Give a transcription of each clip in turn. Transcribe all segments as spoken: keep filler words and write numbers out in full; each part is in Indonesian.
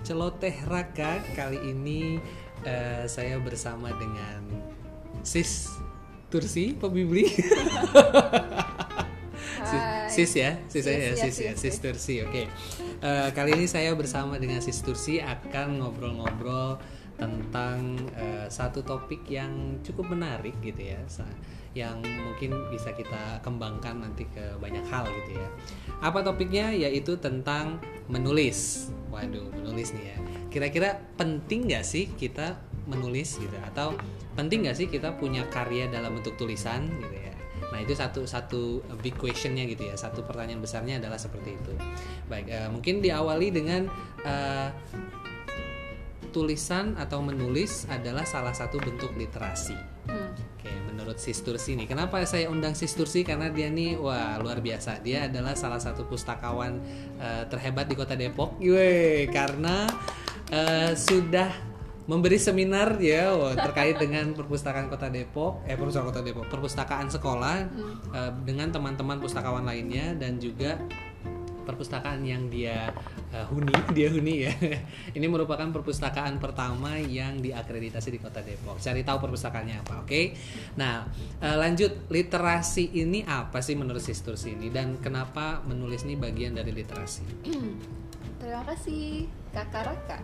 Celoteh Raka. Kali ini uh, saya bersama dengan Sis Tursi Pebibli. Sis, sis ya, sis saya ya, sis ya, Sis Tursi. Oke. Okay. Uh, kali ini saya bersama dengan Sis Tursi akan ngobrol-ngobrol tentang uh, satu topik yang cukup menarik gitu ya, yang mungkin bisa kita kembangkan nanti ke banyak hal gitu ya. Apa topiknya? Yaitu tentang menulis. Waduh, menulis nih ya. Kira-kira penting nggak sih kita menulis gitu? Atau penting nggak sih kita punya karya dalam bentuk tulisan gitu ya? Nah itu satu satu big questionnya gitu ya. Satu pertanyaan besarnya adalah seperti itu. Baik, uh, mungkin diawali dengan uh, tulisan atau menulis adalah salah satu bentuk literasi. Hmm. Oke, menurut Sis Tursi nih, kenapa saya undang Sis Tursi? Karena dia nih, wah luar biasa. Dia adalah salah satu pustakawan uh, terhebat di Kota Depok. Yeay, karena uh, sudah memberi seminar ya wah, terkait dengan perpustakaan Kota Depok, eh perpustakaan Kota Depok, perpustakaan sekolah hmm. uh, dengan teman-teman pustakawan lainnya dan juga perpustakaan yang dia uh, huni, dia huni ya. Ini merupakan perpustakaan pertama yang diakreditasi di Kota Depok. Cari tahu perpustakaannya apa, oke? Okay? Nah, uh, lanjut, literasi ini apa sih menurut Sis Tursi ini dan kenapa menulis ini bagian dari literasi? Terima kasih Kakak Raka.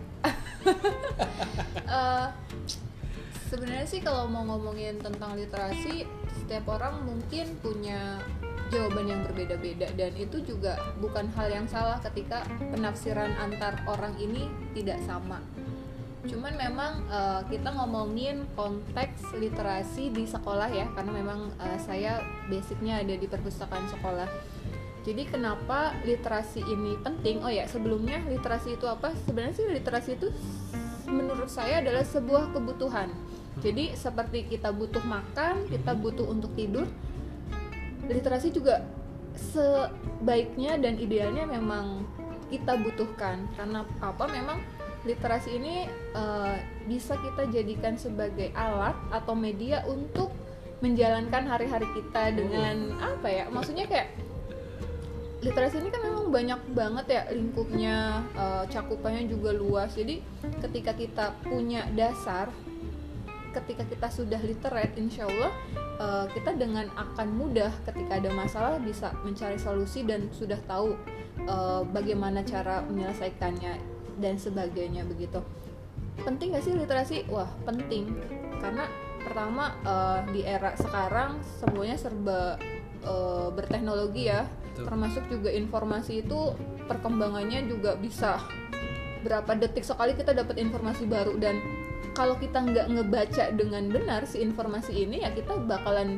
uh, sebenarnya sih kalau mau ngomongin tentang literasi, setiap orang mungkin punya jawaban yang berbeda-beda dan itu juga bukan hal yang salah ketika penafsiran antar orang ini tidak sama. Cuman memang uh, kita ngomongin konteks literasi di sekolah ya, karena memang uh, saya basicnya ada di perpustakaan sekolah. Jadi kenapa literasi ini penting? Oh ya, sebelumnya literasi itu apa? Sebenarnya sih literasi itu menurut saya adalah sebuah kebutuhan. Jadi seperti kita butuh makan, kita butuh untuk tidur, literasi juga sebaiknya dan idealnya memang kita butuhkan. Karena apa? Memang literasi ini uh, bisa kita jadikan sebagai alat atau media untuk menjalankan hari-hari kita dengan apa ya? Maksudnya kayak literasi ini kan memang banyak banget ya lingkupnya, uh, cakupannya juga luas. Jadi ketika kita punya dasar, ketika kita sudah literate, insya Allah uh, kita dengan akan mudah ketika ada masalah bisa mencari solusi dan sudah tahu uh, bagaimana cara menyelesaikannya dan sebagainya begitu. Penting gak sih literasi? Wah penting, karena pertama uh, di era sekarang semuanya serba uh, berteknologi ya. Termasuk juga informasi itu perkembangannya juga bisa berapa detik sekali kita dapat informasi baru, dan kalau kita nggak ngebaca dengan benar si informasi ini ya kita bakalan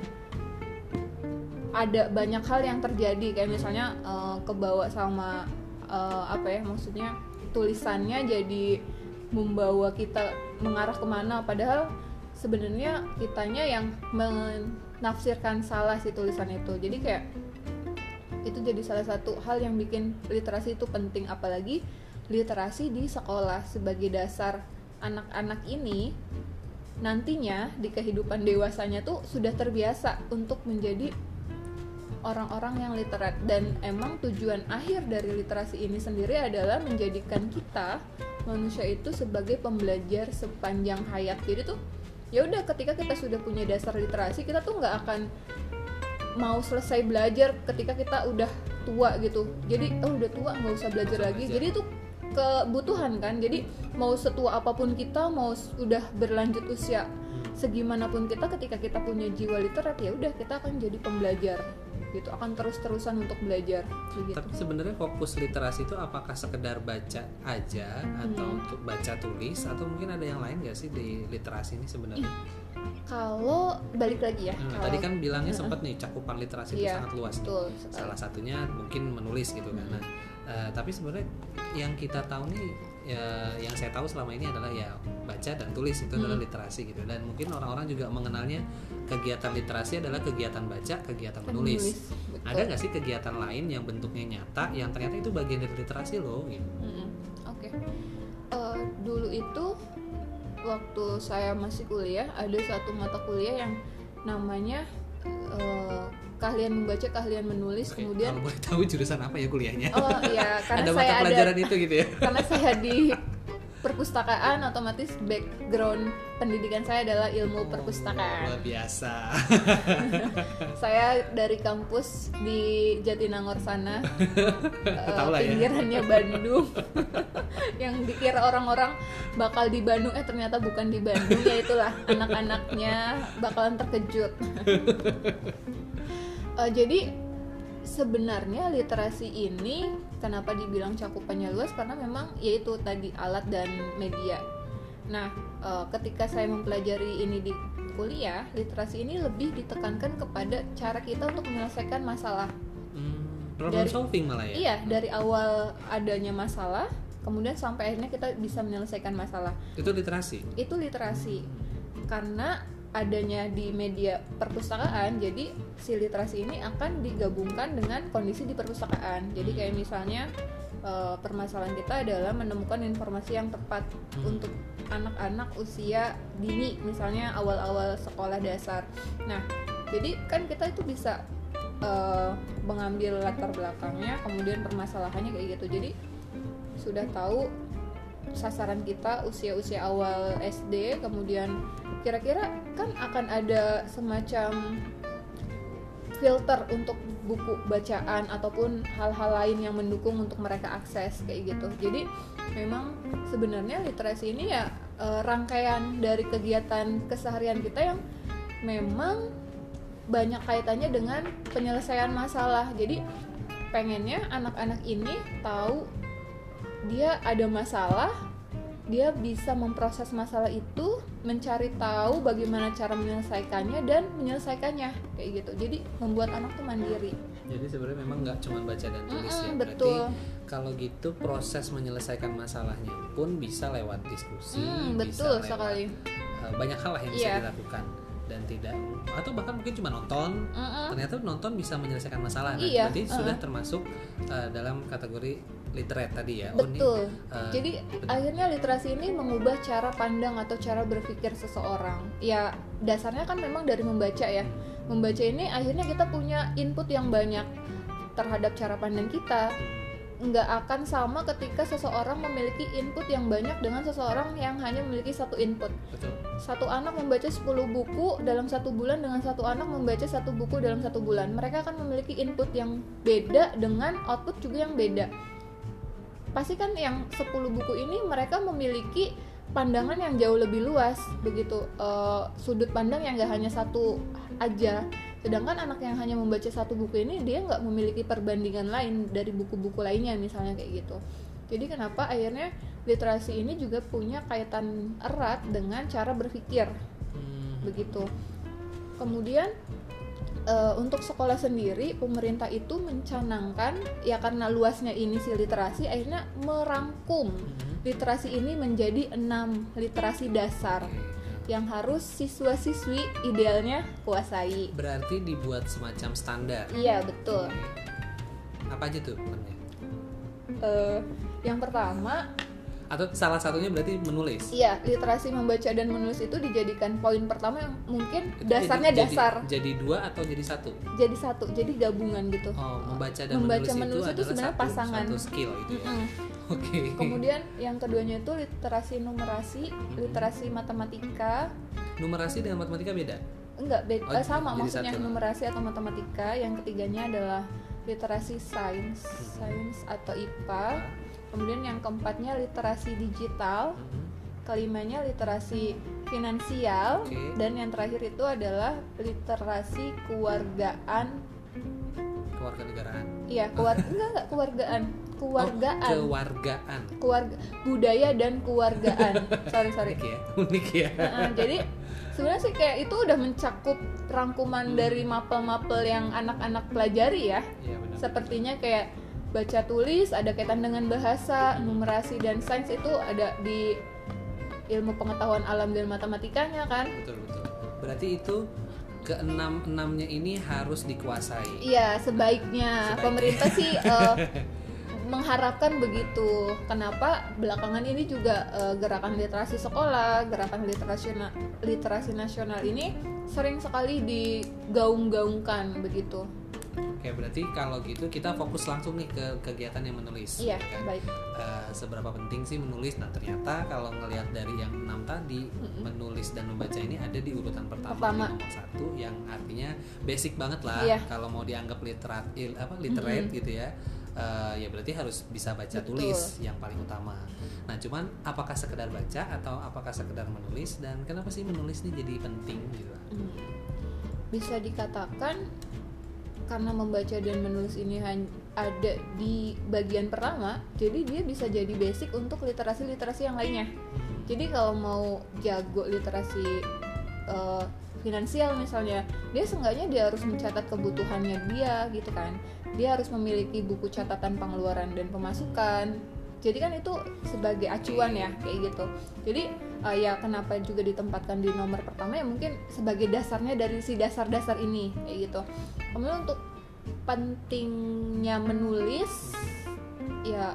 ada banyak hal yang terjadi, kayak misalnya uh, kebawa sama uh, apa ya maksudnya tulisannya jadi membawa kita mengarah kemana, padahal sebenarnya kitanya yang menafsirkan salah si tulisan itu. Jadi kayak itu jadi salah satu hal yang bikin literasi itu penting, apalagi literasi di sekolah sebagai dasar anak-anak ini nantinya di kehidupan dewasanya tuh sudah terbiasa untuk menjadi orang-orang yang literat. Dan emang tujuan akhir dari literasi ini sendiri adalah menjadikan kita manusia itu sebagai pembelajar sepanjang hayat. Jadi tuh ya udah, ketika kita sudah punya dasar literasi, kita tuh nggak akan mau selesai belajar ketika kita udah tua gitu. Jadi oh udah tua nggak usah belajar lagi. Jadi itu kebutuhan kan. Jadi mau setua apapun kita, mau udah berlanjut usia segimanapun kita, ketika kita punya jiwa literat ya udah kita akan jadi pembelajar gitu, akan terus-terusan untuk belajar begitu. Tapi sebenarnya fokus literasi itu apakah sekedar baca aja atau hmm. untuk baca tulis, atau mungkin ada yang lain nggak sih di literasi ini sebenarnya? Kalau balik lagi ya, hmm, kalau, tadi kan bilangnya uh, sempat nih cakupan literasi itu iya, sangat luas. Betul, salah satunya mungkin menulis gitu kan. Nah, uh, tapi sebenarnya yang kita tahu nih, ya, yang saya tahu selama ini adalah ya baca dan tulis itu hmm. adalah literasi gitu. Dan mungkin orang-orang juga mengenalnya kegiatan literasi adalah kegiatan baca, kegiatan menulis. menulis Ada nggak sih kegiatan lain yang bentuknya nyata yang ternyata itu bagian dari literasi loh? Gitu. Hmm, Oke, okay. uh, dulu itu waktu saya masih kuliah ada satu mata kuliah yang namanya uh, keahlian membaca, keahlian menulis. Oke, kemudian kalau boleh tahu jurusan apa ya kuliahnya? Oh iya, karena ada saya mata pelajaran ada, itu gitu ya. Karena saya di perpustakaan, otomatis background pendidikan saya adalah ilmu Oh, perpustakaan. luar biasa. Saya dari kampus di Jatinangor sana, eh, Tahu lah ya. pinggirannya Bandung. Yang dikira orang-orang bakal di Bandung, eh ternyata bukan di Bandung. Ya itulah, anak-anaknya bakalan terkejut. Eh, jadi sebenarnya literasi ini kenapa dibilang cakupannya luas, karena memang yaitu tadi alat dan media. Nah, e, ketika saya mempelajari ini di kuliah, literasi ini lebih ditekankan kepada cara kita untuk menyelesaikan masalah. Hmm, problem Dari- solving malah ya. Iya, dari awal adanya masalah, kemudian sampai akhirnya kita bisa menyelesaikan masalah. Itu literasi. Itu literasi. Karena adanya di media perpustakaan, jadi si literasi ini akan digabungkan dengan kondisi di perpustakaan. Jadi kayak misalnya e, permasalahan kita adalah menemukan informasi yang tepat Hmm. untuk anak-anak usia dini, misalnya awal-awal sekolah dasar. Nah, jadi kan kita itu bisa e, mengambil latar belakangnya, kemudian permasalahannya kayak gitu. Jadi sudah tahu sasaran kita usia-usia awal S D, kemudian kira-kira kan akan ada semacam filter untuk buku bacaan ataupun hal-hal lain yang mendukung untuk mereka akses kayak gitu. Jadi memang sebenarnya literasi ini ya e, rangkaian dari kegiatan keseharian kita yang memang banyak kaitannya dengan penyelesaian masalah. Jadi pengennya anak-anak ini tahu dia ada masalah, dia bisa memproses masalah itu, mencari tahu bagaimana cara menyelesaikannya dan menyelesaikannya kayak gitu. Jadi membuat anak tuh mandiri. Jadi sebenarnya memang nggak cuma baca dan tulis Mm-mm, ya. betul. Berarti kalau gitu proses menyelesaikan masalahnya pun bisa lewat diskusi, Hmm, bisa betul lewat sekali. uh, banyak hal lah yang bisa Iya. dilakukan dan tidak atau bahkan mungkin cuma nonton. Mm-mm. Ternyata nonton bisa menyelesaikan masalah. Nah, Iya, berarti uh-uh. sudah termasuk uh, dalam kategori literate tadi ya. Betul. ini, uh, Jadi benar. akhirnya literasi ini mengubah cara pandang atau cara berpikir seseorang. Ya dasarnya kan memang dari membaca ya. Membaca ini akhirnya kita punya input yang banyak terhadap cara pandang kita. Nggak akan sama ketika seseorang memiliki input yang banyak dengan seseorang yang hanya memiliki satu input. Betul. Satu anak membaca sepuluh buku dalam satu bulan dengan satu anak membaca satu buku dalam satu bulan. Mereka akan memiliki input yang beda dengan output juga yang beda. Pasti kan yang sepuluh buku ini mereka memiliki pandangan yang jauh lebih luas begitu, uh, sudut pandang yang nggak hanya satu aja. Sedangkan anak yang hanya membaca satu buku ini dia nggak memiliki perbandingan lain dari buku-buku lainnya misalnya kayak gitu. Jadi kenapa akhirnya literasi ini juga punya kaitan erat dengan cara berpikir Hmm. begitu. Kemudian Uh, untuk sekolah sendiri pemerintah itu mencanangkan ya karena luasnya ini si literasi akhirnya merangkum Mhm. literasi ini menjadi enam literasi dasar Oke. yang harus siswa-siswi idealnya kuasai. Berarti dibuat semacam standar. Iya betul. Apa aja tuh enamnya? Uh, yang pertama, Atau salah satunya berarti menulis. iya literasi membaca dan menulis itu dijadikan poin pertama yang mungkin dasarnya Jadi- dasar. Jadi, jadi dua atau jadi satu? Jadi satu, jadi gabungan gitu. Oh, membaca dan Membaca, menulis, menulis itu, itu adalah sebenarnya satu, pasangan. satu skill gitu ya. Mm-mm. Oke. Kemudian yang keduanya itu literasi numerasi, Mm-mm. literasi matematika. Numerasi dengan matematika beda. Enggak, beda, Oh, eh, sama jadi maksudnya satu. numerasi atau matematika. Yang ketiganya adalah literasi sains, Mm-hmm. sains atau I P A. Kemudian yang keempatnya literasi digital, Mhm. kelimanya literasi finansial, Oke. dan yang terakhir itu adalah literasi kewargaan. Kewarganegaraan. Iya, keluar enggak enggak kewargaan, kewargaan. Oh, kewargaan. Keluarga, budaya dan kewargaan. sorry sorry. Unik ya. Unik ya. Nah, jadi sebenarnya sih kayak itu udah mencakup rangkuman Hmm. dari mapel-mapel yang anak-anak pelajari ya. Iya benar. Sepertinya kayak baca tulis ada kaitan dengan bahasa, numerasi dan sains itu ada di ilmu pengetahuan alam dan matematikanya kan. Betul betul. Berarti itu keenam enamnya ini harus dikuasai. Iya, sebaiknya, Sebaiknya. pemerintah sih eh, mengharapkan begitu. Kenapa belakangan ini juga eh, gerakan literasi sekolah, gerakan literasi na- literasi nasional ini sering sekali digaung-gaungkan begitu. Oke, berarti kalau gitu kita fokus langsung nih ke kegiatan yang menulis. Iya, kan? baik. Uh, seberapa penting sih menulis? Nah ternyata kalau ngelihat dari yang enam tadi, mm-hmm. menulis dan membaca ini ada di urutan pertama, pertama. Di nomor satu, yang artinya basic banget lah. Iya. Kalau mau dianggap literat, il, apa literate mm-hmm. gitu ya. Uh, ya berarti harus bisa baca Betul. tulis yang paling utama. Nah cuman apakah sekedar baca atau apakah sekedar menulis, dan kenapa sih menulis ini jadi penting gitu? Hmm. Bisa dikatakan karena membaca dan menulis ini hanya ada di bagian pertama, jadi dia bisa jadi basic untuk literasi-literasi yang lainnya. Jadi kalau mau jago literasi uh, finansial misalnya, dia seenggaknya dia harus mencatat kebutuhannya dia gitu kan. Dia harus memiliki buku catatan pengeluaran dan pemasukan. Jadi kan itu sebagai acuan ya kayak gitu. Jadi uh, ya kenapa juga ditempatkan di nomor pertama ya mungkin sebagai dasarnya dari si dasar-dasar ini kayak gitu. Kemudian untuk pentingnya menulis ya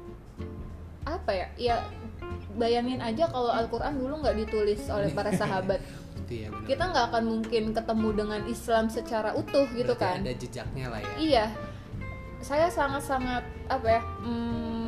apa ya? Ya bayangin aja kalau Al-Qur'an dulu nggak ditulis oleh para sahabat. Ya, kita nggak akan mungkin ketemu dengan Islam secara utuh gitu. Berarti kan ada jejaknya lah ya. Iya, saya sangat-sangat apa ya mm,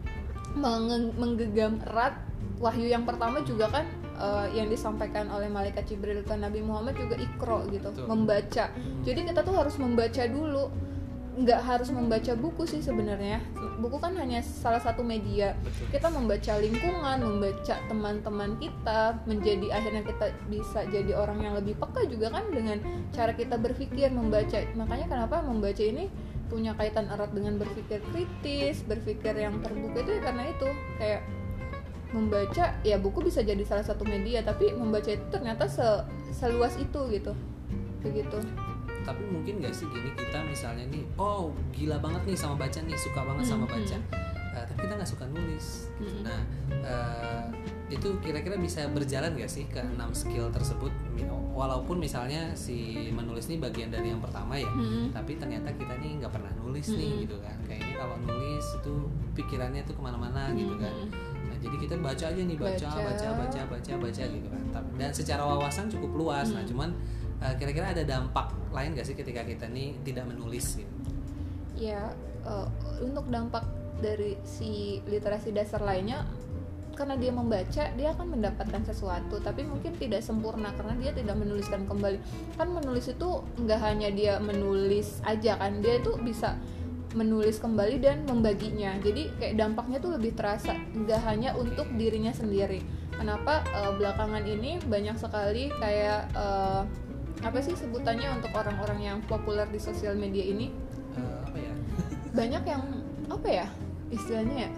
menge- menggegam erat wahyu yang pertama juga kan uh, yang disampaikan oleh malaikat Jibril ke Nabi Muhammad juga Iqra gitu. Betul. Membaca. Jadi kita tuh harus membaca dulu, nggak harus membaca buku sih sebenarnya. Buku kan hanya salah satu media. Betul. Kita membaca lingkungan, membaca teman-teman kita, menjadi akhirnya kita bisa jadi orang yang lebih peka juga kan dengan cara kita berpikir membaca. Makanya kenapa membaca ini punya kaitan erat dengan berpikir kritis, berpikir yang terbuka itu ya karena itu kayak membaca ya buku bisa jadi salah satu media, tapi membaca itu ternyata se- seluas itu gitu, begitu. Tapi mungkin gak sih gini, kita misalnya nih, oh gila banget nih sama baca nih, suka banget sama baca, mm-hmm. uh, tapi kita gak suka nulis gitu. Mm-hmm. Nah uh, itu kira-kira bisa berjalan gak sih ke enam skill tersebut, walaupun misalnya si menulis nih bagian dari yang pertama ya, mm-hmm. tapi ternyata kita nih gak pernah nulis mm-hmm. nih gitu kan. Kayaknya kalau nulis itu pikirannya tuh kemana-mana mm-hmm. gitu kan. Nah jadi kita baca aja nih, baca, baca, baca, baca, baca, baca gitu kan. Dan secara wawasan cukup luas, mm-hmm. nah cuman Uh, kira-kira ada dampak lain gak sih ketika kita nih tidak menulis gitu? Ya, uh, untuk dampak dari si literasi dasar lainnya, karena dia membaca, dia akan mendapatkan sesuatu, tapi mungkin tidak sempurna karena dia tidak menuliskan kembali. Kan menulis itu nggak hanya dia menulis aja kan, dia itu bisa menulis kembali dan membaginya. Jadi kayak dampaknya tuh lebih terasa, nggak hanya untuk dirinya sendiri. Kenapa uh, belakangan ini banyak sekali kayak uh, apa sih sebutannya untuk orang-orang yang populer di sosial media ini? Uh, apa ya? Banyak yang apa ya istilahnya ya?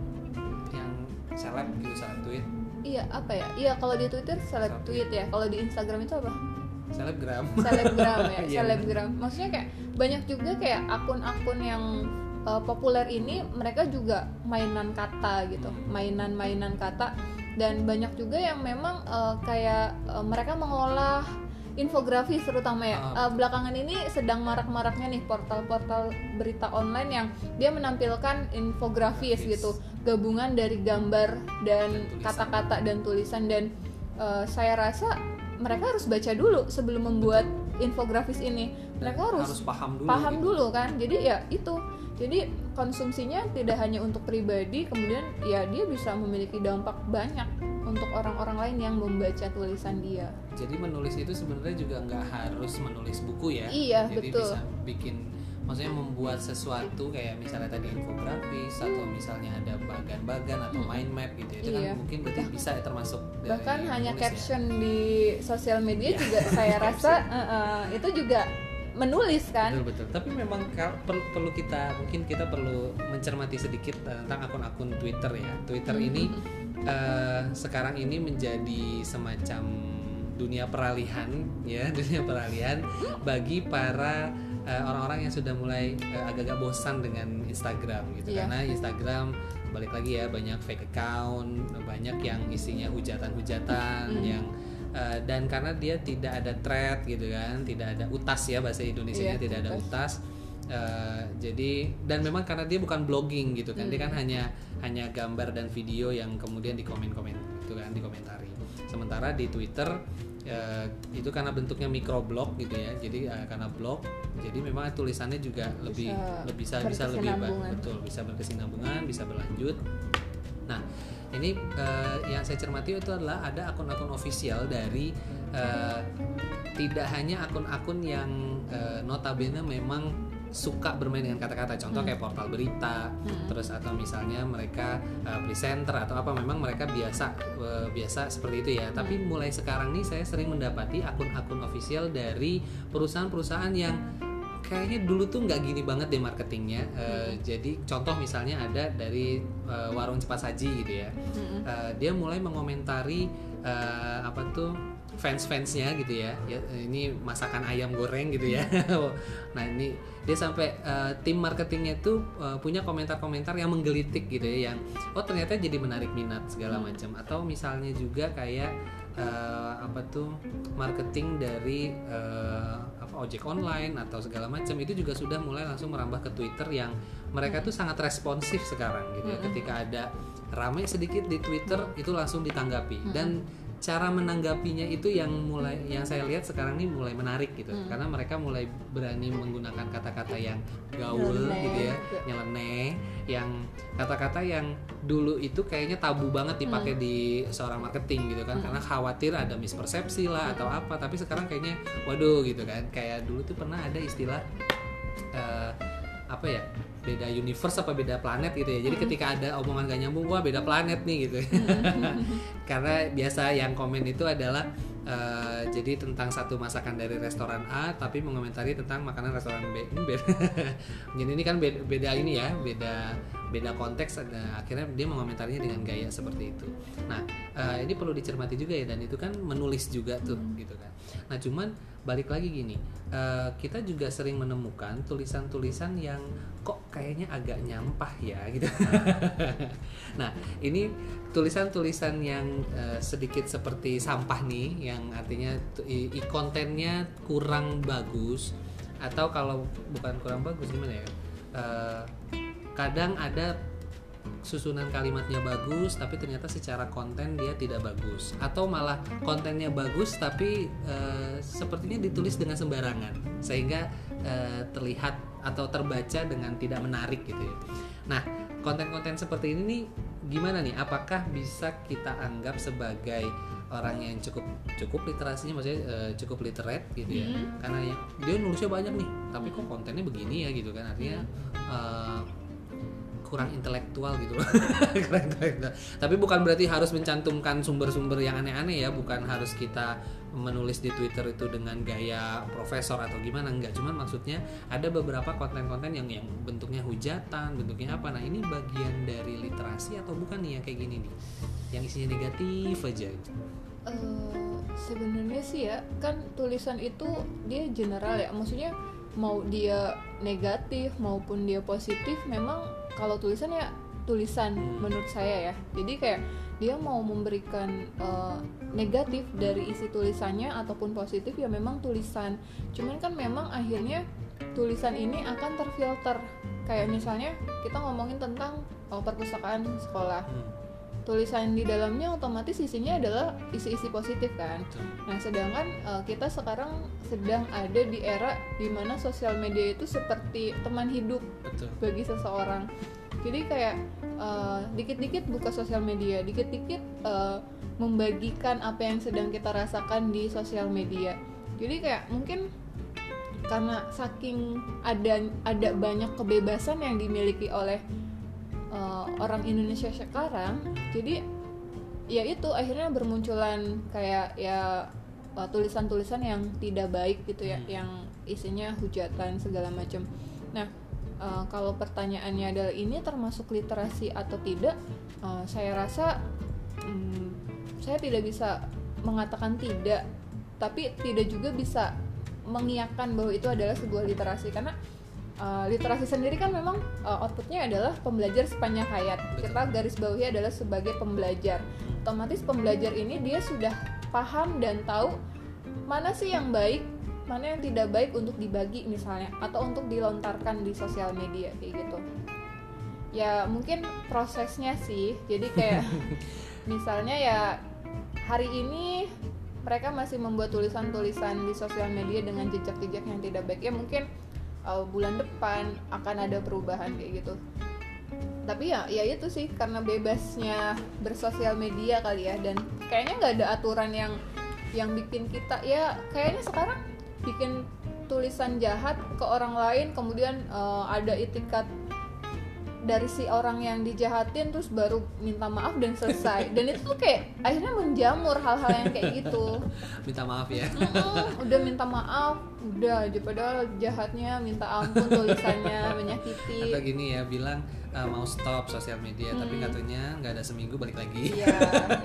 Yang seleb gitu, seleb tweet. Iya apa ya? Iya kalau di Twitter seleb tweet ya. Kalau di Instagram itu apa? Selebgram. Selebgram ya, selebgram. Maksudnya kayak banyak juga kayak akun-akun yang uh, populer ini mereka juga mainan kata gitu, mainan-mainan kata, dan banyak juga yang memang uh, kayak uh, mereka mengolah infografis terutama ya. Uh, belakangan ini sedang marak-maraknya nih portal-portal berita online yang dia menampilkan infografis gitu, gabungan dari gambar dan, dan kata-kata dan tulisan, dan uh, saya rasa mereka harus baca dulu sebelum membuat infografis ini. Mereka harus, harus paham dulu. Paham gitu. dulu kan. Jadi ya itu. Jadi konsumsinya tidak hanya untuk pribadi, kemudian ya dia bisa memiliki dampak banyak untuk orang-orang lain yang membaca tulisan dia. Jadi menulis itu sebenarnya juga nggak harus menulis buku ya. Iya, jadi betul. bisa bikin, maksudnya membuat sesuatu kayak misalnya tadi infografis hmm. atau misalnya ada bagan-bagan atau hmm. mind map gitu. Itu iya. kan mungkin berarti bah- bisa ya termasuk dari bahkan hanya caption ya. Di sosial media juga saya rasa uh, uh, itu juga menulis kan. Betul betul. Tapi memang perlu, perlu kita mungkin kita perlu mencermati sedikit tentang akun-akun Twitter ya. Twitter hmm. ini uh, sekarang ini menjadi semacam dunia peralihan ya, dunia peralihan bagi para uh, orang-orang yang sudah mulai uh, agak-agak bosan dengan Instagram gitu. Yeah. Karena Instagram balik lagi ya, banyak fake account, banyak yang isinya hujatan-hujatan mm. yang Uh, dan karena dia tidak ada thread gitu kan, tidak ada utas ya bahasa Indonesianya, yeah, tidak ada utas, uh, jadi dan memang karena dia bukan blogging gitu kan, hmm. dia kan hanya hanya gambar dan video yang kemudian dikomen-komen gitu kan, dikomentari. Sementara di Twitter uh, itu karena bentuknya microblog gitu ya, jadi uh, karena blog, jadi memang tulisannya juga lebih bisa lebih bisa bisa lebih baik, betul, bisa berkesinambungan, bisa berlanjut. Nah, ini uh, yang saya cermati itu adalah ada akun-akun official dari uh, tidak hanya akun-akun yang uh, notabene memang suka bermain dengan kata-kata, contoh hmm. kayak portal berita, hmm. terus atau misalnya mereka uh, presenter atau apa, memang mereka biasa uh, biasa seperti itu ya. Hmm. Tapi mulai sekarang nih saya sering mendapati akun-akun official dari perusahaan-perusahaan yang kayaknya dulu tuh nggak gini banget deh marketingnya. Uh, hmm. Jadi contoh misalnya ada dari uh, warung cepat saji gitu ya, hmm. uh, dia mulai mengomentari uh, apa tuh fans-fansnya gitu ya, ya ini masakan ayam goreng gitu ya. Nah ini dia sampai uh, tim marketingnya tuh uh, punya komentar-komentar yang menggelitik gitu ya, yang oh ternyata jadi menarik minat segala macam. Atau misalnya juga kayak uh, apa tuh marketing dari uh, apa ojek online atau segala macam, itu juga sudah mulai langsung merambah ke Twitter yang mereka tuh sangat responsif sekarang gitu ya. Ketika ada ramai sedikit di Twitter itu langsung ditanggapi, dan cara menanggapinya itu yang mulai yang saya lihat sekarang ini mulai menarik gitu, hmm. karena mereka mulai berani menggunakan kata-kata yang gaul nyeleneh, gitu ya, nyeleneh, yang kata-kata yang dulu itu kayaknya tabu banget dipakai hmm. di seorang marketing gitu kan, hmm. karena khawatir ada mispersepsi lah hmm. atau apa. Tapi sekarang kayaknya waduh gitu kan, kayak dulu tuh pernah ada istilah uh, apa ya, beda universe apa beda planet gitu ya. Jadi hmm. ketika ada omongan gak nyambung, wah beda planet nih gitu. Karena biasa yang komen itu adalah uh, jadi tentang satu masakan dari restoran A tapi mengomentari tentang makanan restoran B. Jadi ini kan beda, beda ini ya, beda beda konteks. Nah, akhirnya dia mengomentarinya dengan gaya seperti itu. Nah, uh, ini perlu dicermati juga ya, dan itu kan menulis juga tuh hmm. gitu kan. Nah, cuman balik lagi gini, uh, kita juga sering menemukan tulisan-tulisan yang kok kayaknya agak nyampah ya gitu. Nah, ini tulisan-tulisan yang uh, sedikit seperti sampah nih, yang artinya i, i kontennya kurang bagus, atau kalau bukan kurang bagus gimana ya? Uh, kadang ada susunan kalimatnya bagus tapi ternyata secara konten dia tidak bagus, atau malah kontennya bagus tapi uh, sepertinya ditulis dengan sembarangan sehingga uh, terlihat atau terbaca dengan tidak menarik gitu ya. Nah, konten-konten seperti ini nih gimana nih? Apakah bisa kita anggap sebagai orang yang cukup cukup literasinya, maksudnya uh, cukup literate gitu ya? Hmm. Karena ya, dia nulisnya banyak nih, tapi kok kontennya begini ya gitu kan? Artinya uh, kurang intelektual gitu loh. Kurang intelektual. Tapi bukan berarti harus mencantumkan sumber-sumber yang aneh-aneh ya, bukan harus kita menulis di Twitter itu dengan gaya profesor atau gimana, enggak. Cuman maksudnya ada beberapa konten-konten yang yang bentuknya hujatan, bentuknya apa. Nah, ini bagian dari literasi atau bukan nih yang kayak gini nih, yang isinya negatif aja gitu. Uh, sebenarnya sih ya, kan tulisan itu dia general ya, maksudnya mau dia negatif maupun dia positif, memang kalau tulisan ya tulisan menurut saya ya. Jadi kayak dia mau memberikan uh, negatif dari isi tulisannya ataupun positif ya memang tulisan. Cuman kan memang akhirnya tulisan ini akan terfilter. Kayak misalnya kita ngomongin tentang oh, perpustakaan sekolah. Tulisan di dalamnya otomatis isinya adalah isi-isi positif kan. Nah, sedangkan uh, kita sekarang sedang ada di era dimana sosial media itu seperti teman hidup. Betul. Bagi seseorang. Jadi kayak uh, dikit-dikit buka sosial media, dikit-dikit uh, membagikan apa yang sedang kita rasakan di sosial media. Jadi kayak mungkin karena saking ada ada banyak kebebasan yang dimiliki oleh Uh, orang Indonesia sekarang, jadi ya itu akhirnya bermunculan kayak ya uh, tulisan-tulisan yang tidak baik gitu ya, hmm. yang isinya hujatan segala macam. Nah, uh, kalau pertanyaannya adalah ini termasuk literasi atau tidak, uh, saya rasa um, saya tidak bisa mengatakan tidak, tapi tidak juga bisa mengiyakan bahwa itu adalah sebuah literasi, karena Uh, literasi sendiri kan memang uh, outputnya adalah pembelajar sepanjang hayat. Betul. Kita garis bawahi adalah sebagai pembelajar. Otomatis pembelajar ini dia sudah paham dan tahu mana sih yang baik, mana yang tidak baik untuk dibagi misalnya, atau untuk dilontarkan di sosial media kayak gitu. Ya mungkin prosesnya sih. Jadi kayak misalnya ya hari ini mereka masih membuat tulisan-tulisan di sosial media dengan jejak-jejak yang tidak baik. Ya mungkin uh, bulan depan akan ada perubahan kayak gitu. Tapi ya ya itu sih karena bebasnya bersosial media kali ya, dan kayaknya nggak ada aturan yang yang bikin kita, ya kayaknya sekarang bikin tulisan jahat ke orang lain kemudian uh, ada itikat dari si orang yang dijahatin terus baru minta maaf dan selesai. Dan itu tuh kayak akhirnya menjamur hal-hal yang kayak gitu. Minta maaf ya. Mm-mm, udah minta maaf, udah aja padahal jahatnya minta ampun, tulisannya menyakiti. Atau gini ya, bilang uh, mau stop sosial media hmm. tapi katanya nggak ada seminggu balik lagi. Iya.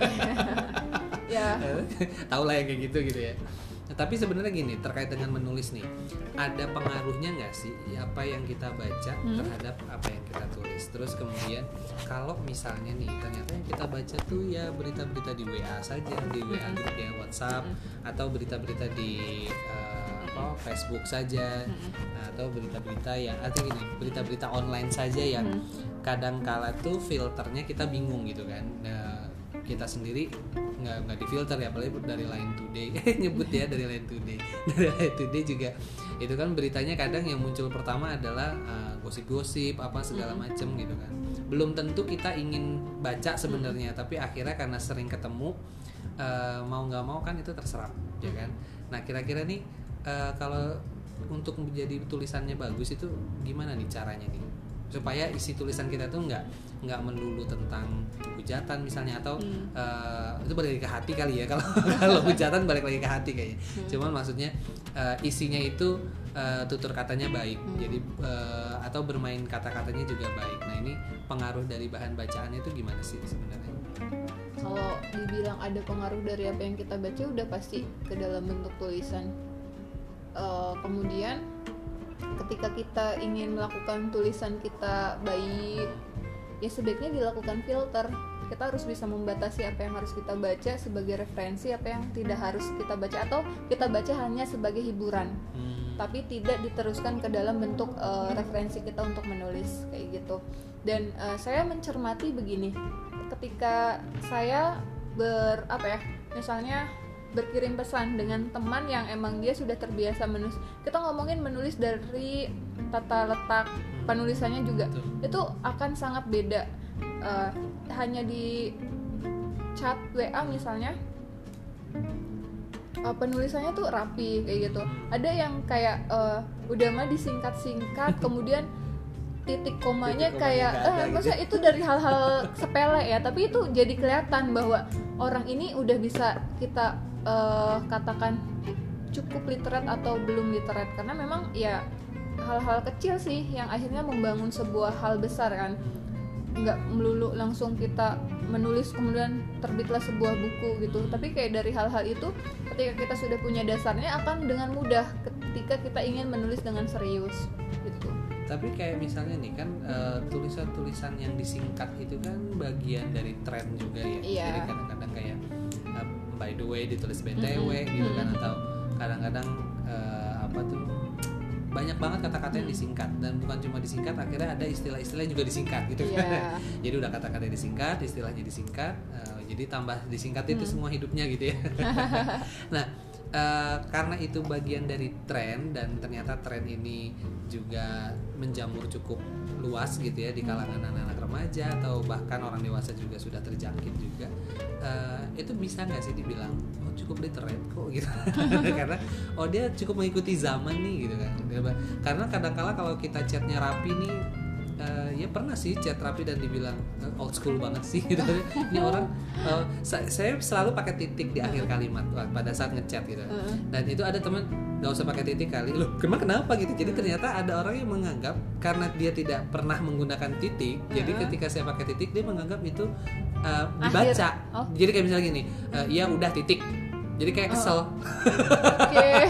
Ya. Tahu lah yang kayak gitu gitu ya. Nah, tapi sebenarnya gini, terkait dengan menulis nih, ada pengaruhnya nggak sih apa yang kita baca hmm? terhadap apa yang kita tulis? Terus kemudian kalau misalnya nih ternyata yang kita baca tuh ya berita-berita di W A saja, di W A grup ya WhatsApp, hmm. atau berita-berita di uh, apa Facebook saja, hmm. atau berita-berita yang atau gini, berita-berita online saja yang hmm. kadang kala tuh filternya kita bingung gitu kan. Nah, kita sendiri nggak nggak difilter ya, apalagi dari Line Today nyebut ya dari Line Today dari Line Today juga itu kan beritanya kadang yang muncul pertama adalah uh, gosip-gosip apa segala macem gitu kan, belum tentu kita ingin baca sebenarnya, tapi akhirnya karena sering ketemu uh, mau nggak mau kan itu terserap ya kan. Nah kira-kira nih uh, kalau untuk menjadi tulisannya bagus itu gimana nih caranya nih supaya isi tulisan kita tuh nggak nggak melulu tentang hujatan misalnya, atau hmm. uh, itu balik lagi ke hati kali ya, kalau kalau hujatan balik lagi ke hati kayaknya. Hmm. Cuman maksudnya uh, isinya itu uh, tutur katanya baik, hmm. jadi uh, atau bermain kata-katanya juga baik. Nah ini pengaruh dari bahan bacaannya itu gimana sih sebenarnya? Kalau dibilang ada pengaruh dari apa yang kita baca, udah pasti ke dalam bentuk tulisan. Uh, kemudian ketika kita ingin melakukan tulisan kita baik, ya sebaiknya dilakukan filter. Kita harus bisa membatasi apa yang harus kita baca sebagai referensi, apa yang tidak harus kita baca, atau kita baca hanya sebagai hiburan, hmm. tapi tidak diteruskan ke dalam bentuk uh, referensi kita untuk menulis kayak gitu. Dan uh, saya mencermati begini, ketika saya ber apa ya, misalnya berkirim pesan dengan teman yang emang dia sudah terbiasa menulis, kita ngomongin menulis dari tata letak penulisannya juga itu akan sangat beda. Uh, hanya di chat W A misalnya uh, penulisannya tuh rapi kayak gitu, ada yang kayak uh, udah mah disingkat-singkat kemudian titik komanya titik kayak eh, masa gitu. Itu dari hal-hal sepele ya, tapi itu jadi kelihatan bahwa orang ini udah bisa kita uh, katakan cukup literat atau belum literat, karena memang ya hal-hal kecil sih yang akhirnya membangun sebuah hal besar kan. Nggak melulu langsung kita menulis kemudian terbitlah sebuah buku gitu, tapi kayak dari hal-hal itu ketika kita sudah punya dasarnya akan dengan mudah ketika kita ingin menulis dengan serius gitu. Tapi kayak misalnya nih kan uh, tulisan-tulisan yang disingkat itu kan bagian dari tren juga ya. Iya. Jadi kadang-kadang kayak uh, by the way ditulis B T W mm-hmm. gitu kan, atau kadang-kadang uh, apa tuh banyak banget kata-kata yang disingkat, dan bukan cuma disingkat, akhirnya ada istilah-istilah juga disingkat gitu kan. Yeah. Jadi udah kata-kata disingkat, istilahnya disingkat, uh, jadi tambah disingkat itu hmm. semua hidupnya gitu ya. Nah uh, karena itu bagian dari tren, dan ternyata tren ini juga menjamur cukup luas gitu ya di kalangan hmm. anak-anak remaja atau bahkan orang dewasa juga sudah terjangkit juga. Uh, itu bisa nggak sih dibilang oh cukup literate kok gitu? Karena oh dia cukup mengikuti zaman nih gitu kan. Karena kadang-kala kalau kita chatnya rapi nih, uh, ya pernah sih chat rapi dan dibilang uh, old school banget sih gitu. Ini orang uh, saya, saya selalu pakai titik di akhir kalimat pada saat ngechat gitu. Dan itu ada teman nggak usah pakai titik kali, loh kenapa kenapa gitu. Jadi ternyata ada orang yang menganggap karena dia tidak pernah menggunakan titik, uh-huh. jadi ketika saya pakai titik dia menganggap itu uh, dibaca. Oh. Jadi kayak misalnya gini, uh, ya udah titik. Jadi kayak kesel. Oh. Oke.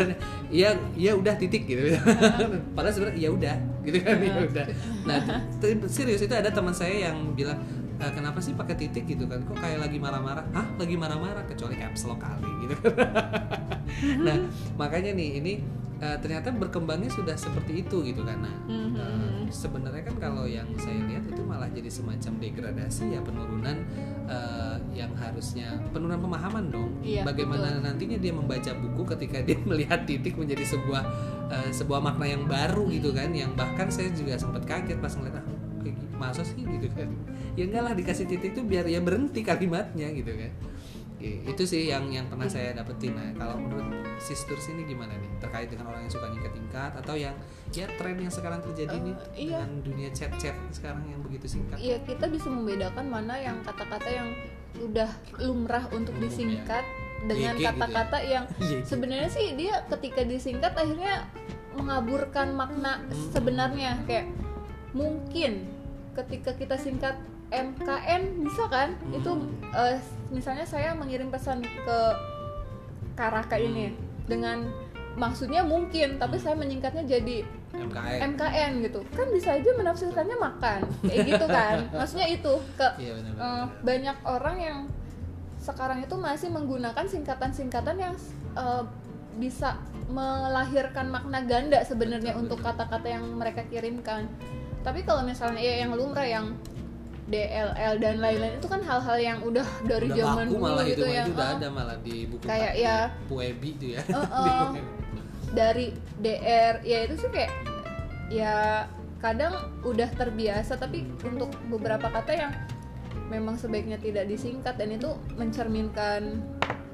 Iya, iya udah titik gitu. Padahal sebenarnya ya udah, gitu kan ya udah. Nah, serius itu ada teman saya yang bilang e, kenapa sih pakai titik gitu kan? Kok kayak lagi marah-marah? Hah, lagi marah-marah kecuali caps lock kali gitu kan. Nah, makanya nih ini uh, ternyata berkembangnya sudah seperti itu gitu kan. Nah, mm-hmm. uh, sebenarnya kan kalau yang saya lihat itu malah jadi semacam degradasi ya, penurunan uh, yang harusnya penurunan pemahaman dong. Iya, bagaimana betul. Nantinya dia membaca buku ketika dia melihat titik menjadi sebuah uh, sebuah makna yang baru gitu kan, yang bahkan saya juga sempat kaget pas ngeliat ah kayak gitu, masa sih gitu kan. Ya enggak lah, dikasih titik tuh biar ya berhenti kalimatnya gitu kan. Itu sih yang yang pernah saya dapetin. Nah, kalau menurut Sisters ini gimana nih terkait dengan orang yang suka nyingkat-nyingkat atau yang ya tren yang sekarang terjadi uh, nih iya. dengan dunia chat-chat sekarang yang begitu singkat? Iya, kita bisa membedakan mana yang kata-kata yang udah lumrah untuk Umum, disingkat ya. Dengan Y G kata-kata gitu ya? Yang sebenarnya sih dia ketika disingkat akhirnya mengaburkan makna hmm. sebenarnya. Kayak mungkin ketika kita singkat M K N bisa kan hmm. itu uh, misalnya saya mengirim pesan ke Karaka hmm. ini dengan maksudnya mungkin tapi hmm. saya menyingkatnya jadi M K N. M K N gitu kan, bisa aja menafsirkannya makan kayak gitu kan. Maksudnya itu ke iya, benar, benar. Uh, banyak orang yang sekarang itu masih menggunakan singkatan-singkatan yang uh, bisa melahirkan makna ganda sebenarnya untuk kata-kata yang mereka kirimkan. Tapi kalau misalnya ya yang lumrah yang D L L dan lain-lain itu kan hal-hal yang udah dari udah zaman dulu malah gitu itu, yang itu udah uh, ada malah di buku kayak ya Puebi itu ya. Uh, uh, dari D R ya itu sih kayak ya kadang udah terbiasa, tapi untuk beberapa kata yang memang sebaiknya tidak disingkat dan itu mencerminkan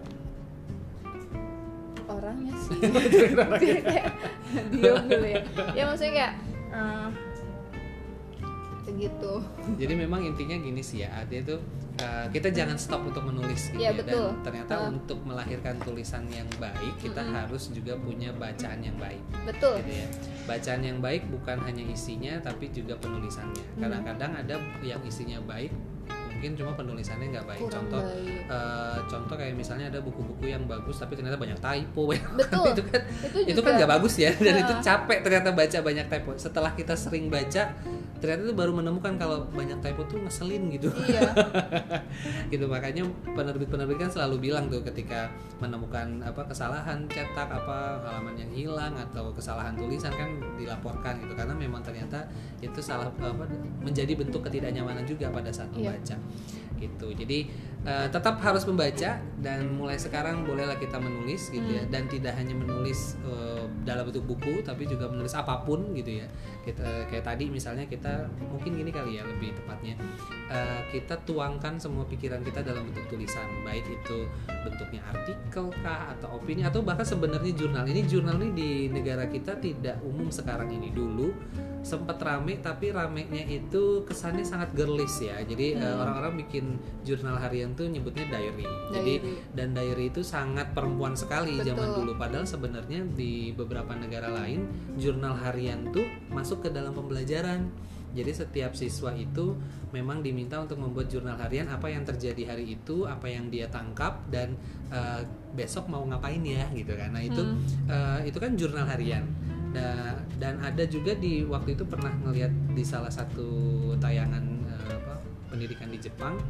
orangnya sih. Kayak diam dulu ya. Ya maksudnya kayak uh, gitu. Jadi memang intinya gini sih ya, artinya tuh uh, kita jangan stop untuk menulis gitu ya, ya. Dan ternyata uh. untuk melahirkan tulisan yang baik kita mm-hmm. harus juga punya bacaan yang baik. Betul. Gitu ya. Bacaan yang baik bukan hanya isinya tapi juga penulisannya. Mm. Kadang-kadang ada yang isinya baik mungkin cuma penulisannya nggak baik. Kurang Contoh baik. Uh, contoh kayak misalnya ada buku-buku yang bagus tapi ternyata banyak typo. Betul. itu kan itu, itu kan nggak bagus ya, dan nah. itu capek ternyata baca banyak typo. Setelah kita sering baca ternyata itu baru menemukan kalau banyak typo tuh ngeselin gitu. Iya. Gitu, makanya penerbit-penerbit kan selalu bilang tuh ketika menemukan apa kesalahan cetak, apa halaman yang hilang atau kesalahan tulisan kan dilaporkan gitu, karena memang ternyata itu salah apa menjadi bentuk ketidaknyamanan juga pada saat membaca. Iya. Gitu. Jadi uh, tetap harus membaca dan mulai sekarang bolehlah kita menulis gitu hmm. ya, dan tidak hanya menulis uh, dalam bentuk buku tapi juga menulis apapun gitu ya. Kita kayak tadi misalnya kita mungkin gini kali ya lebih tepatnya uh, kita tuangkan semua pikiran kita dalam bentuk tulisan, baik itu bentuknya artikel kah atau opini atau bahkan sebenarnya jurnal. Ini jurnal ini di negara kita tidak umum sekarang ini, dulu sempat rame tapi ramenya itu kesannya sangat girlish ya. Jadi hmm. uh, orang-orang bikin jurnal harian tuh nyebutnya diary. diary. Jadi dan diary itu sangat perempuan sekali. Betul. Zaman dulu, padahal sebenarnya di beberapa negara lain jurnal harian tuh masuk ke dalam pembelajaran. Jadi setiap siswa itu memang diminta untuk membuat jurnal harian apa yang terjadi hari itu, apa yang dia tangkap dan uh, besok mau ngapain ya gitu kan. Nah itu hmm. uh, itu kan jurnal harian. Da, dan ada juga di waktu itu pernah ngelihat di salah satu tayangan uh, apa, pendidikan di Jepang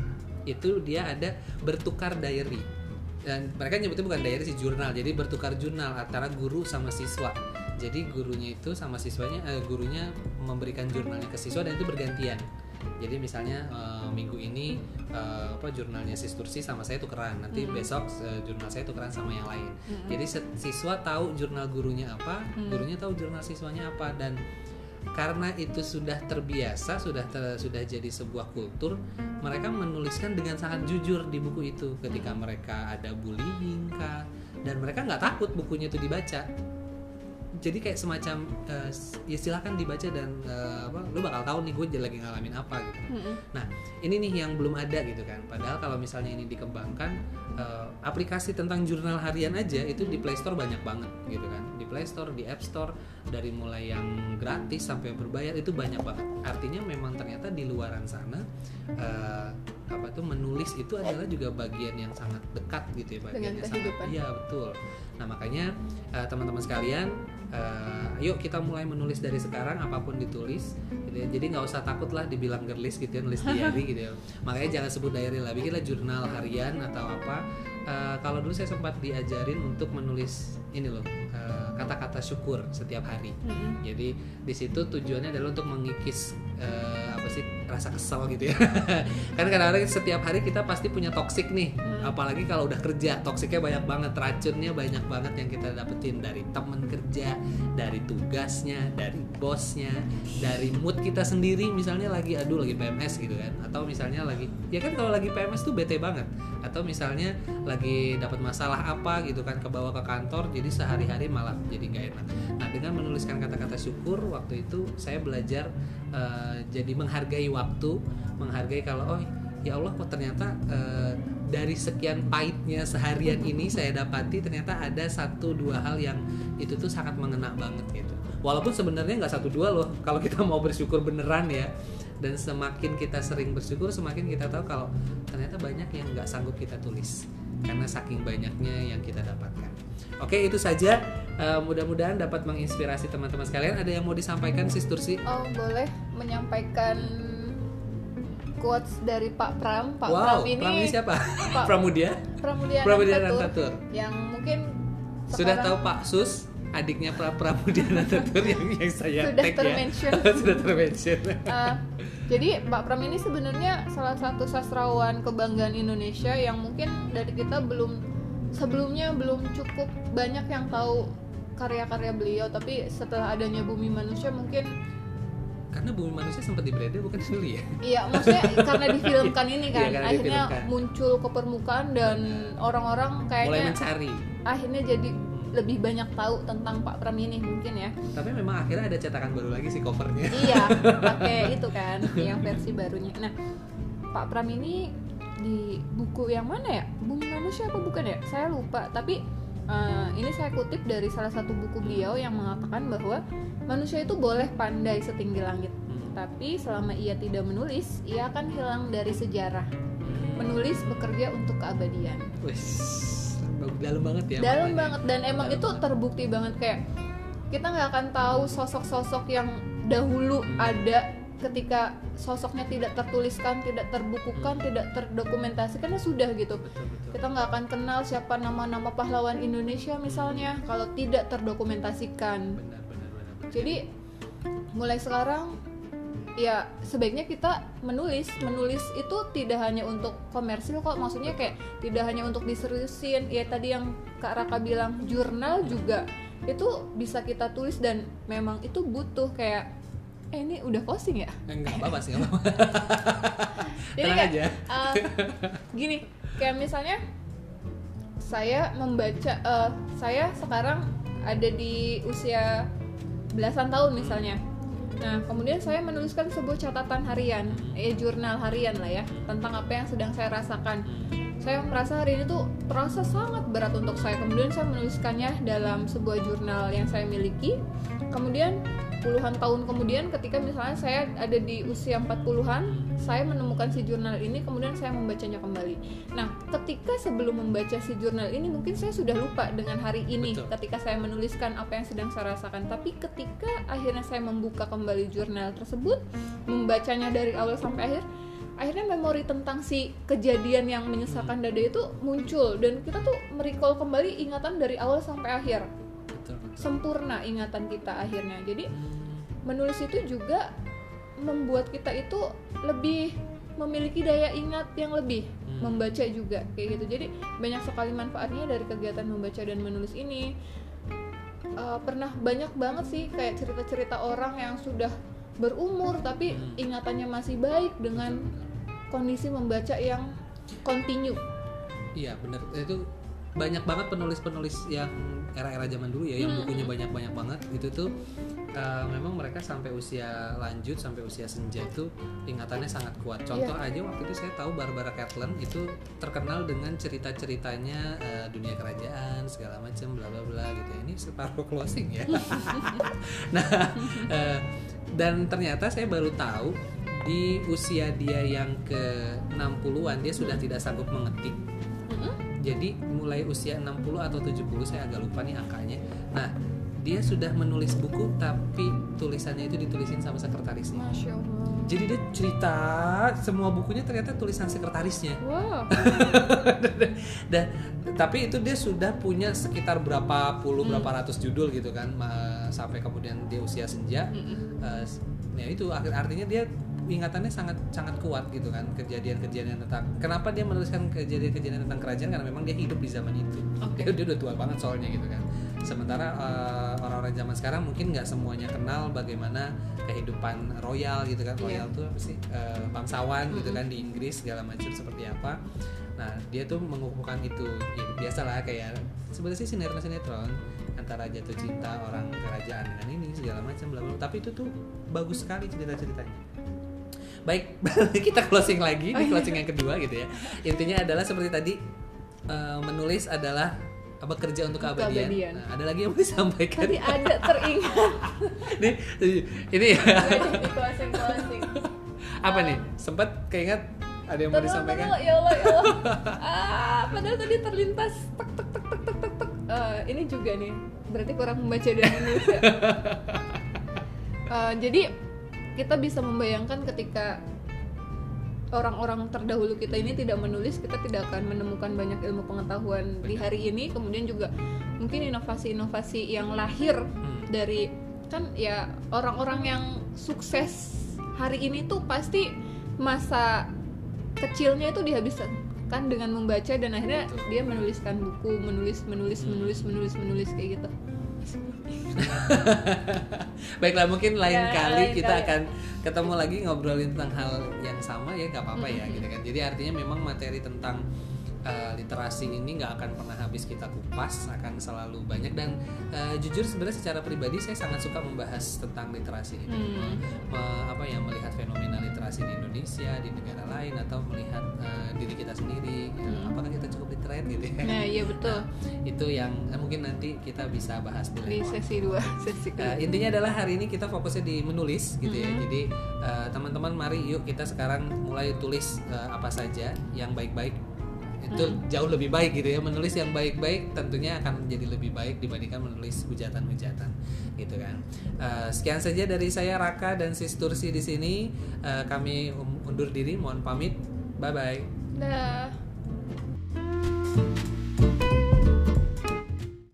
itu dia ada bertukar diary, dan mereka nyebutnya bukan diary sih, jurnal. Jadi bertukar jurnal antara guru sama siswa. Jadi gurunya itu sama siswanya, uh, gurunya memberikan jurnalnya ke siswa dan itu bergantian. Jadi misalnya uh, minggu ini uh, apa jurnalnya Sistursi sama saya tukeran, nanti hmm. besok uh, jurnal saya tukeran sama yang lain. Hmm. Jadi siswa tahu jurnal gurunya apa, hmm. gurunya tahu jurnal siswanya apa, dan karena itu sudah terbiasa, sudah ter, sudah jadi sebuah kultur, mereka menuliskan dengan sangat jujur di buku itu. Ketika mereka ada bullying kah, dan mereka nggak takut bukunya itu dibaca. Jadi kayak semacam uh, ya silakan dibaca dan uh, apa, lu bakal tahu nih gue lagi ngalamin apa gitu. Mm-hmm. Nah ini nih yang belum ada gitu kan. Padahal kalau misalnya ini dikembangkan, uh, aplikasi tentang jurnal harian aja itu di Play Store banyak banget gitu kan. Di Play Store, di App Store, dari mulai yang gratis sampai yang berbayar itu banyak banget. Artinya memang ternyata di luaran sana uh, apa tuh menulis itu adalah juga bagian yang sangat dekat gitu ya, bagian yang sangat, iya betul. Nah makanya uh, teman-teman sekalian, uh, yuk kita mulai menulis dari sekarang, apapun ditulis gitu ya. Jadi nggak usah takut lah dibilang girlish gitu ya, nulis diary gitu ya. Makanya jangan sebut diary lah, bikinlah jurnal harian atau apa. Uh, kalau dulu saya sempat diajarin untuk menulis ini loh, uh, kata-kata syukur setiap hari. Mm-hmm. Jadi di situ tujuannya adalah untuk mengikis uh, apa sih rasa kesal gitu ya. Kan kadang-kadang setiap hari kita pasti punya toksik nih, mm. apalagi kalau udah kerja toksiknya banyak banget, racunnya banyak banget yang kita dapetin dari temen kerja, dari tugasnya, dari bosnya, dari mood kita sendiri, misalnya lagi aduh lagi P M S gitu kan, atau misalnya lagi ya kan kalau lagi P M S tuh bete banget, atau misalnya lagi dapat masalah apa gitu kan kebawa ke kantor, jadi sehari-hari malah jadi nggak enak. Nah dengan menuliskan kata-kata syukur waktu itu saya belajar uh, jadi menghargai waktu, menghargai kalau oh ya Allah kok ternyata uh, dari sekian pahitnya seharian ini saya dapati ternyata ada satu dua hal yang itu tuh sangat mengena banget gitu. Walaupun sebenarnya nggak satu dua loh kalau kita mau bersyukur beneran ya. Dan semakin kita sering bersyukur, semakin kita tahu kalau ternyata banyak yang nggak sanggup kita tulis karena saking banyaknya yang kita dapatkan. Oke, itu saja. Uh, mudah-mudahan dapat menginspirasi teman-teman sekalian. Ada yang mau disampaikan, Sis Tursi? Oh, boleh menyampaikan quotes dari Pak Pram. Pak wow, Pram ini, Pram ini siapa? Pak Pramudia? Pramudia Pramudia Nantatur, yang mungkin sudah sekarang tahu Pak Sus, adiknya Pra Pramudia Nantatur yang yang saya sudah tag termention. ya. Sudah termention. Uh, jadi Pak Pram ini sebenarnya salah satu sastrawan kebanggaan Indonesia yang mungkin dari kita belum sebelumnya belum cukup banyak yang tahu karya-karya beliau, tapi setelah adanya Bumi Manusia mungkin karena Bumi Manusia sempat di-brand bukan dulu ya? Iya, maksudnya karena difilmkan ini kan, iya, akhirnya difilmkan. Muncul ke permukaan dan orang-orang kayaknya mulai mencari. Akhirnya jadi lebih banyak tahu tentang Pak Pram ini mungkin ya. Tapi memang akhirnya ada cetakan baru lagi sih covernya. Iya, pakai itu kan, yang versi barunya. Nah, Pak Pram ini di buku yang mana ya? Bumi Manusia apa bukan ya? Saya lupa. Tapi uh, ini saya kutip dari salah satu buku beliau yang mengatakan bahwa manusia itu boleh pandai setinggi langit, hmm. tapi selama ia tidak menulis, ia akan hilang dari sejarah. Menulis bekerja untuk keabadian. Wih, dalam banget ya. Dalam makanya. banget dan emang dalam itu banget. Terbukti banget, kayak kita nggak akan tahu sosok-sosok yang dahulu hmm. ada ketika sosoknya tidak tertuliskan, tidak terbukukan, hmm. tidak terdokumentasi karena sudah gitu. Betul, betul. Kita nggak akan kenal siapa nama-nama pahlawan Indonesia misalnya hmm. kalau tidak terdokumentasikan. Benar, benar, benar, benar. Jadi mulai sekarang ya sebaiknya kita menulis menulis itu tidak hanya untuk komersil kok, maksudnya kayak tidak hanya untuk diseriusin ya, tadi yang Kak Raka bilang jurnal juga itu bisa kita tulis dan memang itu butuh kayak eh ini udah closing ya? Enggak apa-apa sih, enggak apa-apa. Jadi tenang kayak, aja. Uh, gini kayak misalnya saya membaca uh, saya sekarang ada di usia belasan tahun misalnya. Nah, kemudian saya menuliskan sebuah catatan harian, eh jurnal harian lah ya, tentang apa yang sedang saya rasakan. Saya merasa hari ini tuh terasa sangat berat untuk saya. Kemudian saya menuliskannya dalam sebuah jurnal yang saya miliki. Kemudian puluhan tahun kemudian ketika misalnya saya ada di usia empat puluhan, saya menemukan si jurnal ini, kemudian saya membacanya kembali. Nah, ketika sebelum membaca si jurnal ini mungkin saya sudah lupa dengan hari ini. Betul. Ketika saya menuliskan apa yang sedang saya rasakan, tapi ketika akhirnya saya membuka kembali jurnal tersebut, membacanya dari awal sampai akhir, akhirnya memori tentang si kejadian yang menyesalkan dada itu muncul dan kita tuh merecall kembali ingatan dari awal sampai akhir. Betul, betul. Sempurna ingatan kita akhirnya. Jadi menulis itu juga membuat kita itu lebih memiliki daya ingat yang lebih, hmm. membaca juga kayak gitu. Jadi banyak sekali manfaatnya dari kegiatan membaca dan menulis ini. Uh, pernah banyak banget sih kayak cerita-cerita orang yang sudah berumur tapi hmm. ingatannya masih baik dengan kondisi membaca yang continue. Iya benar, itu banyak banget penulis-penulis yang era-era zaman dulu ya, yang hmm. bukunya banyak-banyak banget itu tuh uh, memang mereka sampai usia lanjut, sampai usia senja itu ingatannya sangat kuat. Contoh yeah. aja waktu itu saya tahu Barbara Catlin itu terkenal dengan cerita-ceritanya uh, dunia kerajaan segala macam bla bla bla gitu ya. Ini separuh closing ya. Nah uh, dan ternyata saya baru tahu di usia dia yang ke enam puluhan dia sudah tidak sanggup mengetik. Jadi mulai usia enam puluh atau tujuh puluh saya agak lupa nih angkanya. Nah, dia sudah menulis buku tapi tulisannya itu ditulisin sama sekretarisnya. Masya Allah. Jadi dia cerita semua bukunya ternyata tulisan sekretarisnya. Wow. Dan tapi itu dia sudah punya sekitar berapa puluh Hmm. berapa ratus judul gitu kan, ma- sampai kemudian dia usia senja. Mm-mm. Uh, ya itu akhir artinya dia ingatannya sangat sangat kuat gitu kan, kejadian-kejadian tentang kenapa dia menuliskan kejadian-kejadian tentang kerajaan, karena memang dia hidup di zaman itu. Oke. Dia, dia udah tua banget soalnya gitu kan. Sementara uh, orang-orang zaman sekarang mungkin nggak semuanya kenal bagaimana kehidupan royal gitu kan. Royal Iya. tuh apa sih, uh, bangsawan gitu Mm-mm. kan di Inggris segala macam seperti apa. Nah dia tuh mengukuhkan itu, ya biasalah kayak sebenarnya sih sinetron-sinetron antara jatuh cinta orang kerajaan dengan ini segala macam bla bla. Tapi itu tuh bagus sekali cerita-ceritanya. Baik, kita closing lagi, ini closing yang kedua gitu ya. Intinya adalah seperti tadi, uh, menulis adalah bekerja untuk keabadian. Keabadian. Nah, ada lagi yang mau disampaikan? Tadi ada teringat. ini, ini ya. Di closing closing. Apa nih? Sempat keinget ada yang mau Terus, disampaikan? terus, ya Allah, ya Allah. Ah, padahal tadi terlintas tek tek tek tek tek tek tek. Eh, ini juga nih, berarti kurang membaca dan menulis ya. Eh, jadi kita bisa membayangkan ketika orang-orang terdahulu kita ini tidak menulis, kita tidak akan menemukan banyak ilmu pengetahuan di hari ini. Kemudian juga mungkin inovasi-inovasi yang lahir Hmm. dari, kan ya orang-orang yang sukses hari ini tuh pasti masa kecilnya itu dihabiskan kan dengan membaca, dan akhirnya Betul. dia menuliskan buku, menulis menulis Hmm. menulis menulis menulis kayak gitu. Baiklah, mungkin lain Ya, kali lain kita kali. akan ketemu lagi ngobrolin tentang hal yang sama ya, nggak apa-apa ya Mm-mm. gitu kan. Jadi artinya memang materi tentang uh, literasi ini nggak akan pernah habis kita kupas, akan selalu banyak. Dan uh, jujur sebenarnya secara pribadi saya sangat suka membahas tentang literasi ini. Hmm. Me- apa ya, melihat fenomena literasi di Indonesia, di negara lain, atau melihat uh, diri kita sendiri, ya, Hmm. apakah kita cukup literate gitu ya. Nah iya betul, Itu yang eh, mungkin nanti kita bisa bahas di di lain waktu. sesi dua sesi Uh, kedua. intinya adalah hari ini kita fokusnya di menulis gitu ya. Mhm. Jadi uh, teman-teman mari yuk kita sekarang mulai tulis uh, apa saja yang baik-baik. Itu Mhm. jauh lebih baik gitu ya. Menulis yang baik-baik tentunya akan menjadi lebih baik dibandingkan menulis hujatan-hujatan gitu kan. Uh, sekian saja dari saya Raka dan Sis Tursi di sini. Uh, kami undur diri, mohon pamit. Bye bye. Dah.